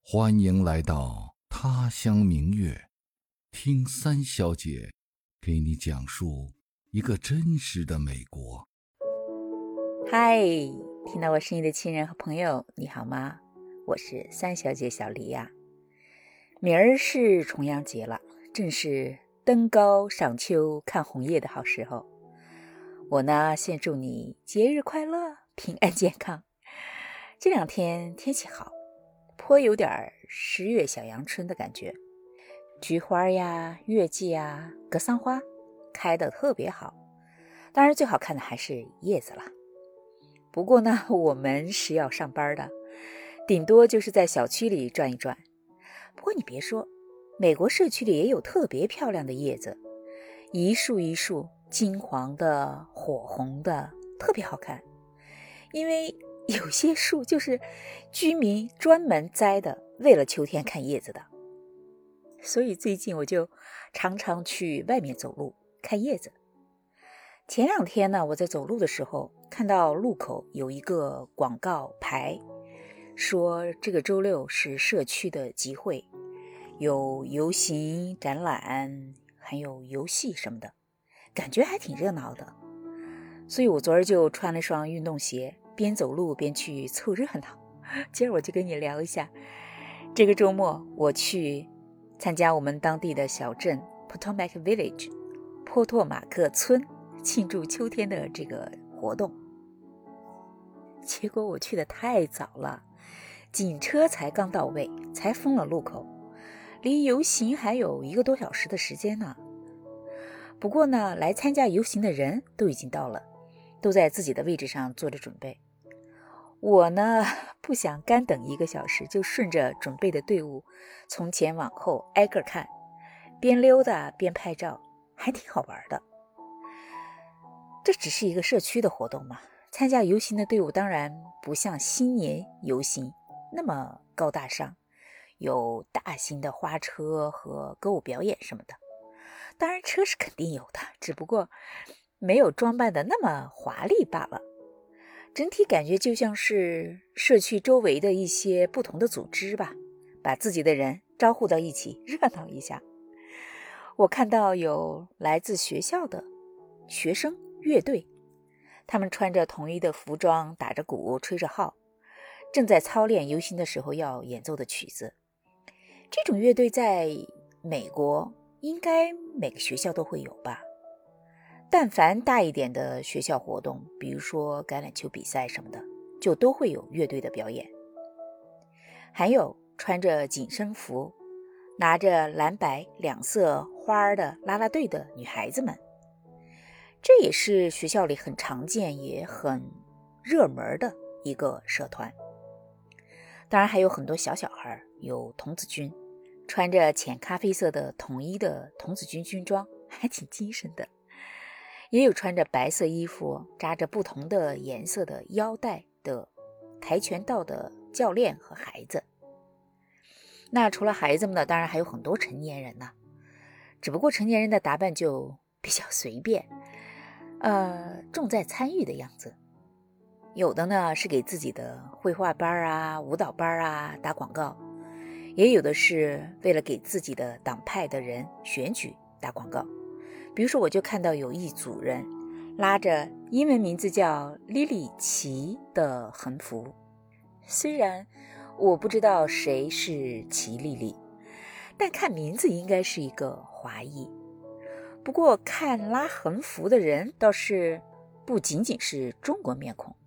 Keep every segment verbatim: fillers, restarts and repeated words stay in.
欢迎来到他乡明月，听三小姐给你讲述一个真实的美国。 嗨，听到我声音的亲人和朋友，你好吗？我是三小姐小黎呀。明儿是重阳节了，正是登高赏秋看红叶的好时候。我呢，先祝你节日快乐，平安健康。这两天天气好，颇有点十月小阳春的感觉。菊花呀、月季呀、格桑花开得特别好，当然最好看的还是叶子了。不过呢，我们是要上班的，顶多就是在小区里转一转。不过你别说，美国社区里也有特别漂亮的叶子，一束一束金黄的、火红的，特别好看。因为有些树就是居民专门栽的，为了秋天看叶子的。所以最近我就常常去外面走路看叶子。前两天呢，我在走路的时候看到路口有一个广告牌，说这个周六是社区的集会，有游行、展览，还有游戏什么的，感觉还挺热闹的。所以我昨儿就穿了双运动鞋，边走路边去凑热闹。今儿我就跟你聊一下，这个周末我去参加我们当地的小镇 Potomac Village 波托马克村庆祝秋天的这个活动。结果我去的太早了，警车才刚到位，才封了路口，离游行还有一个多小时的时间呢。不过呢，来参加游行的人都已经到了，都在自己的位置上做着准备。我呢，不想干等一个小时，就顺着准备的队伍从前往后挨个看，边溜达边拍照，还挺好玩的。这只是一个社区的活动嘛，参加游行的队伍当然不像新年游行那么高大上，有大型的花车和歌舞表演什么的。当然车是肯定有的，只不过没有装扮的那么华丽罢了。整体感觉就像是社区周围的一些不同的组织吧，把自己的人招呼到一起，热闹一下。我看到有来自学校的学生乐队，他们穿着统一的服装，打着鼓，吹着号，正在操练游行的时候要演奏的曲子。这种乐队在美国应该每个学校都会有吧。但凡大一点的学校活动，比如说橄榄球比赛什么的，就都会有乐队的表演。还有穿着紧身服，拿着蓝白两色花的啦啦队的女孩子们，这也是学校里很常见也很热门的一个社团。当然还有很多小小孩，有童子军，穿着浅咖啡色的统一的童子军军装，还挺精神的。也有穿着白色衣服，扎着不同的颜色的腰带的跆拳道的教练和孩子。那除了孩子们呢，当然还有很多成年人呢，只不过成年人的打扮就比较随便，呃，重在参与的样子。有的呢是给自己的绘画班啊、舞蹈班啊打广告，也有的是为了给自己的党派的人选举打广告。比如说我就看到有一组人拉着英文名字叫莉莉奇的横幅，虽然我不知道谁是奇莉莉，但看名字应该是一个华裔。不过看拉横幅的人倒是不仅仅是中国面孔。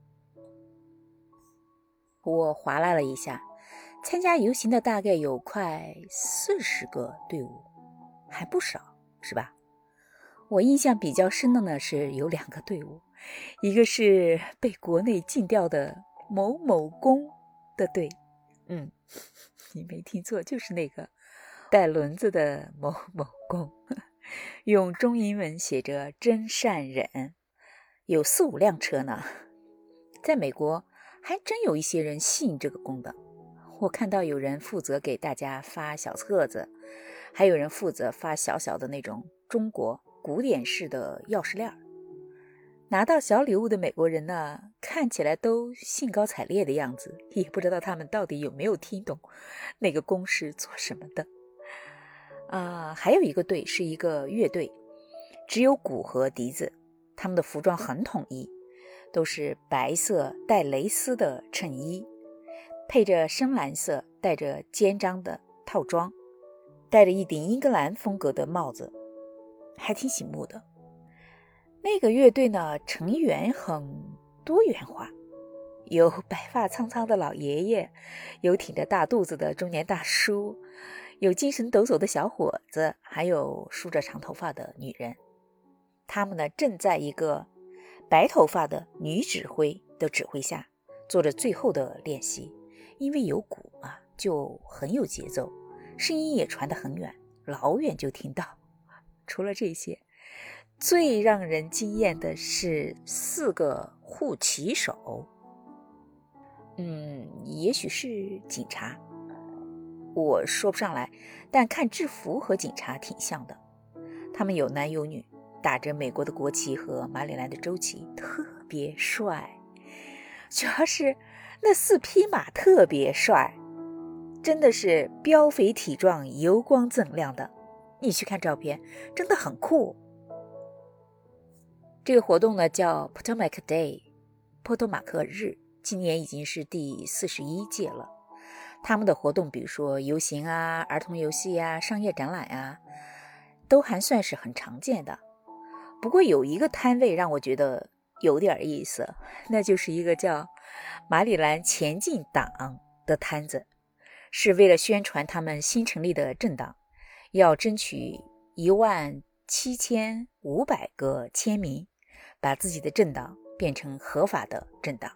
我划拉了一下，参加游行的大概有快四十个队伍，还不少，是吧？我印象比较深的呢是有两个队伍，一个是被国内禁掉的某某宫的队，嗯，你没听错，就是那个带轮子的某某宫，用中英文写着真善忍，有四五辆车呢。在美国还真有一些人信这个宫的，我看到有人负责给大家发小册子，还有人负责发小小的那种中国古典式的钥匙链。 拿到小礼物的美国人呢，看起来都兴高采烈的样子，也不知道他们到底有没有听懂那个弓是做什么的。啊，还有一个队是一个乐队，只有鼓和笛子，他们的服装很统一，都是白色带蕾丝的衬衣，配着深蓝色带着肩章的套装，戴着一顶英格兰风格的帽子，还挺醒目的。那个乐队呢，成员很多元化，有白发苍苍的老爷爷，有挺着大肚子的中年大叔，有精神抖擞的小伙子，还有梳着长头发的女人。他们呢，正在一个白头发的女指挥的指挥下做着最后的练习。因为有鼓嘛，就很有节奏，声音也传得很远，老远就听到。除了这些，最让人惊艳的是四个护旗手，嗯，也许是警察，我说不上来，但看制服和警察挺像的。他们有男有女，打着美国的国旗和马里兰的州旗，特别帅。主要是那四匹马特别帅，真的是膘肥体壮，油光锃亮的。你去看照片，真的很酷。这个活动呢叫 Potomac Day， 波多马克日，今年已经是第四十一届了。他们的活动比如说游行啊、儿童游戏啊、商业展览啊，都还算是很常见的。不过有一个摊位让我觉得有点意思，那就是一个叫马里兰前进党的摊子，是为了宣传他们新成立的政党，要争取一万七千五百个签名，把自己的政党变成合法的政党。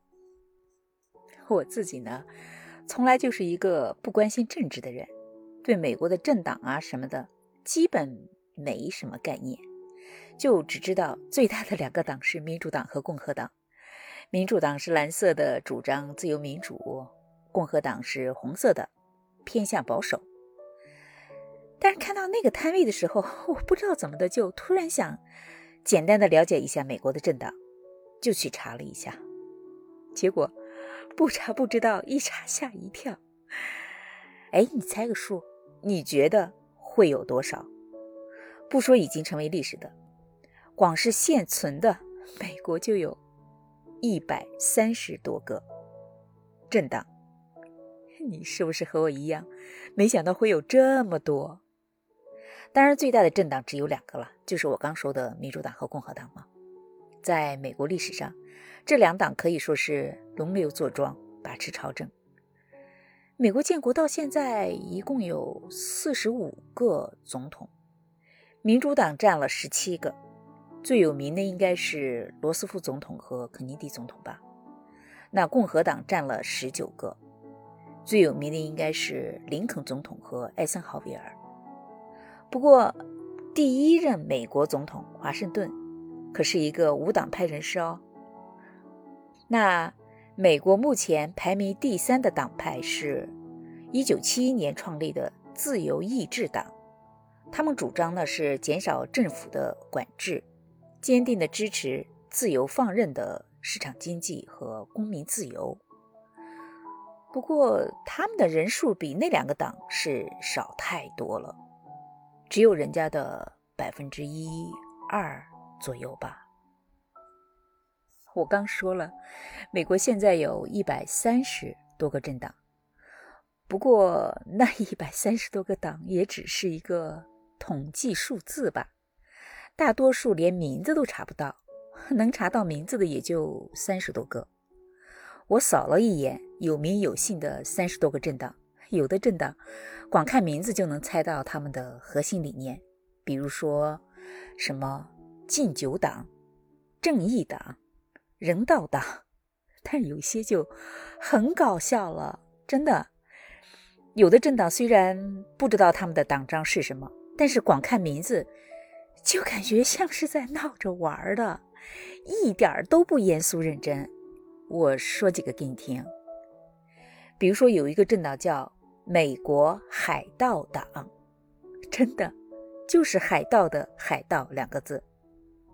我自己呢，从来就是一个不关心政治的人，对美国的政党啊什么的基本没什么概念，就只知道最大的两个党是民主党和共和党。民主党是蓝色的，主张自由民主，共和党是红色的，偏向保守。但是看到那个摊位的时候，我不知道怎么的就突然想简单的了解一下美国的政党，就去查了一下，结果不查不知道，一查吓一跳。哎，你猜个数，你觉得会有多少？不说已经成为历史的，光是现存的，美国就有一百三十多个政党。你是不是和我一样，没想到会有这么多？当然最大的政党只有两个了，就是我刚说的民主党和共和党嘛。在美国历史上，这两党可以说是轮流坐庄，把持朝政。美国建国到现在一共有四十五个总统，民主党占了十七个，最有名的应该是罗斯福总统和肯尼迪总统吧。那共和党占了十九个，最有名的应该是林肯总统和艾森豪威尔。不过第一任美国总统华盛顿可是一个无党派人士哦。那美国目前排名第三的党派是一九七一年创立的自由意志党，他们主张呢是减少政府的管制，坚定地支持自由放任的市场经济和公民自由。不过他们的人数比那两个党是少太多了，只有人家的百分之一二左右吧。我刚说了，美国现在有一百三十多个政党，不过那一百三十多个党也只是一个统计数字吧，大多数连名字都查不到，能查到名字的也就三十多个。我扫了一眼有名有姓的三十多个政党，有的政党光看名字就能猜到他们的核心理念，比如说什么禁酒党、正义党、人道党，但有些就很搞笑了，真的。有的政党虽然不知道他们的党章是什么，但是光看名字就感觉像是在闹着玩的，一点都不严肃认真。我说几个给你听，比如说有一个政党叫美国海盗党，真的就是海盗的海盗两个字，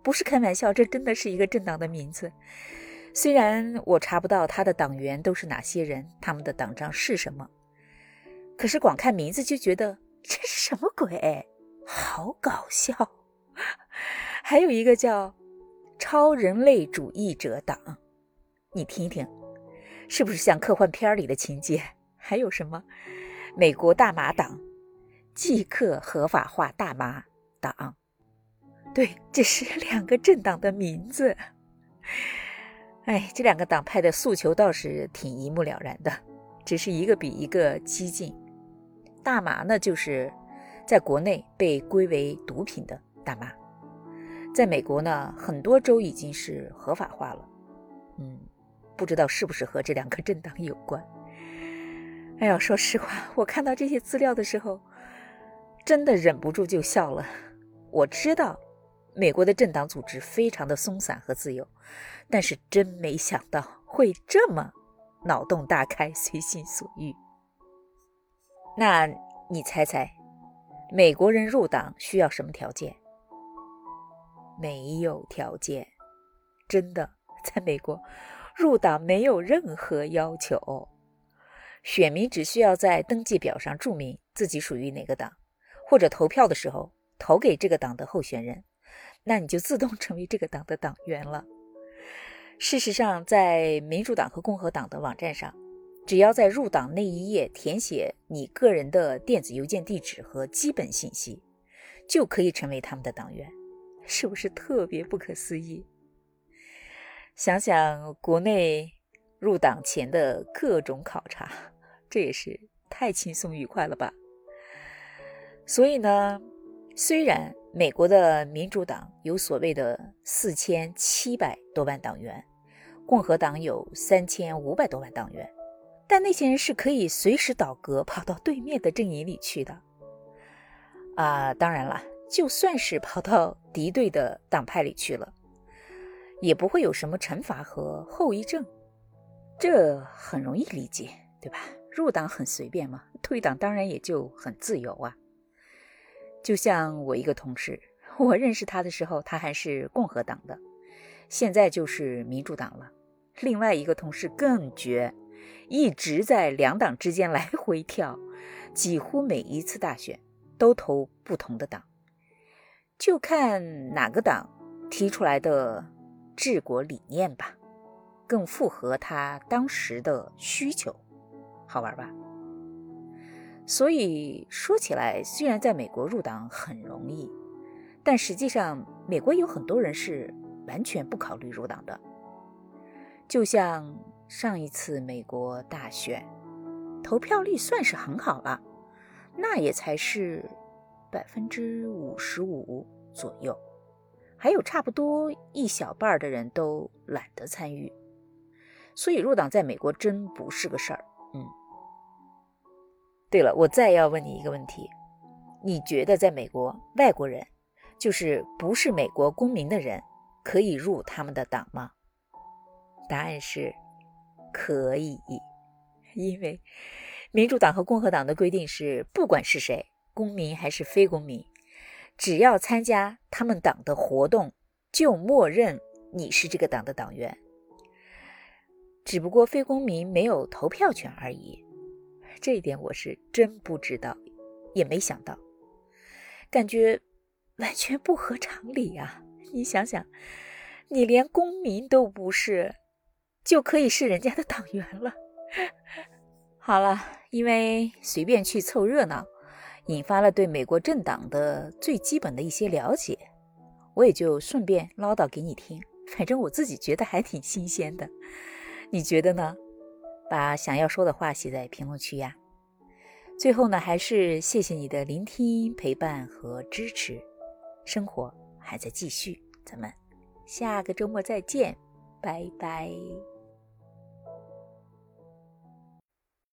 不是开玩笑，这真的是一个政党的名字。虽然我查不到他的党员都是哪些人，他们的党章是什么，可是光看名字就觉得这是什么鬼，好搞笑。还有一个叫超人类主义者党，你听一听，是不是像科幻片里的情节？还有什么美国大麻党、即刻合法化大麻党，对，这是两个政党的名字。哎，这两个党派的诉求倒是挺一目了然的，只是一个比一个激进。大麻呢，就是在国内被归为毒品的大麻，在美国呢，很多州已经是合法化了。嗯，不知道是不是和这两个政党有关。哎呀，说实话，我看到这些资料的时候，真的忍不住就笑了。我知道美国的政党组织非常的松散和自由，但是真没想到会这么脑洞大开，随心所欲。那你猜猜，美国人入党需要什么条件？没有条件，真的，在美国入党没有任何要求，选民只需要在登记表上注明自己属于哪个党，或者投票的时候投给这个党的候选人，那你就自动成为这个党的党员了。事实上，在民主党和共和党的网站上，只要在入党那一页填写你个人的电子邮件地址和基本信息，就可以成为他们的党员，是不是特别不可思议？想想国内入党前的各种考察，这也是太轻松愉快了吧。所以呢，虽然美国的民主党有所谓的四千七百多万党员，共和党有三千五百多万党员，但那些人是可以随时倒戈跑到对面的阵营里去的。啊，当然了，就算是跑到敌对的党派里去了，也不会有什么惩罚和后遗症，这很容易理解，对吧？入党很随便嘛，退党当然也就很自由啊。就像我一个同事，我认识他的时候他还是共和党的，现在就是民主党了。另外一个同事更绝，一直在两党之间来回跳，几乎每一次大选都投不同的党，就看哪个党提出来的治国理念吧，更符合他当时的需求，好玩吧？所以说起来，虽然在美国入党很容易，但实际上美国有很多人是完全不考虑入党的。就像上一次美国大选，投票率算是很好了，那也才是百分之五十五左右，还有差不多一小半的人都懒得参与，所以入党在美国真不是个事儿。嗯。对了，我再要问你一个问题，你觉得在美国，外国人，就是不是美国公民的人，可以入他们的党吗？答案是可以，因为民主党和共和党的规定是，不管是谁，公民还是非公民，只要参加他们党的活动，就默认你是这个党的党员，只不过非公民没有投票权而已。这一点我是真不知道，也没想到，感觉完全不合常理啊！你想想，你连公民都不是，就可以是人家的党员了。好了，因为随便去凑热闹，引发了对美国政党的最基本的一些了解，我也就顺便唠叨给你听，反正我自己觉得还挺新鲜的，你觉得呢？把想要说的话写在评论区呀。最后呢，还是谢谢你的聆听、陪伴和支持。生活还在继续，咱们下个周末再见，拜拜。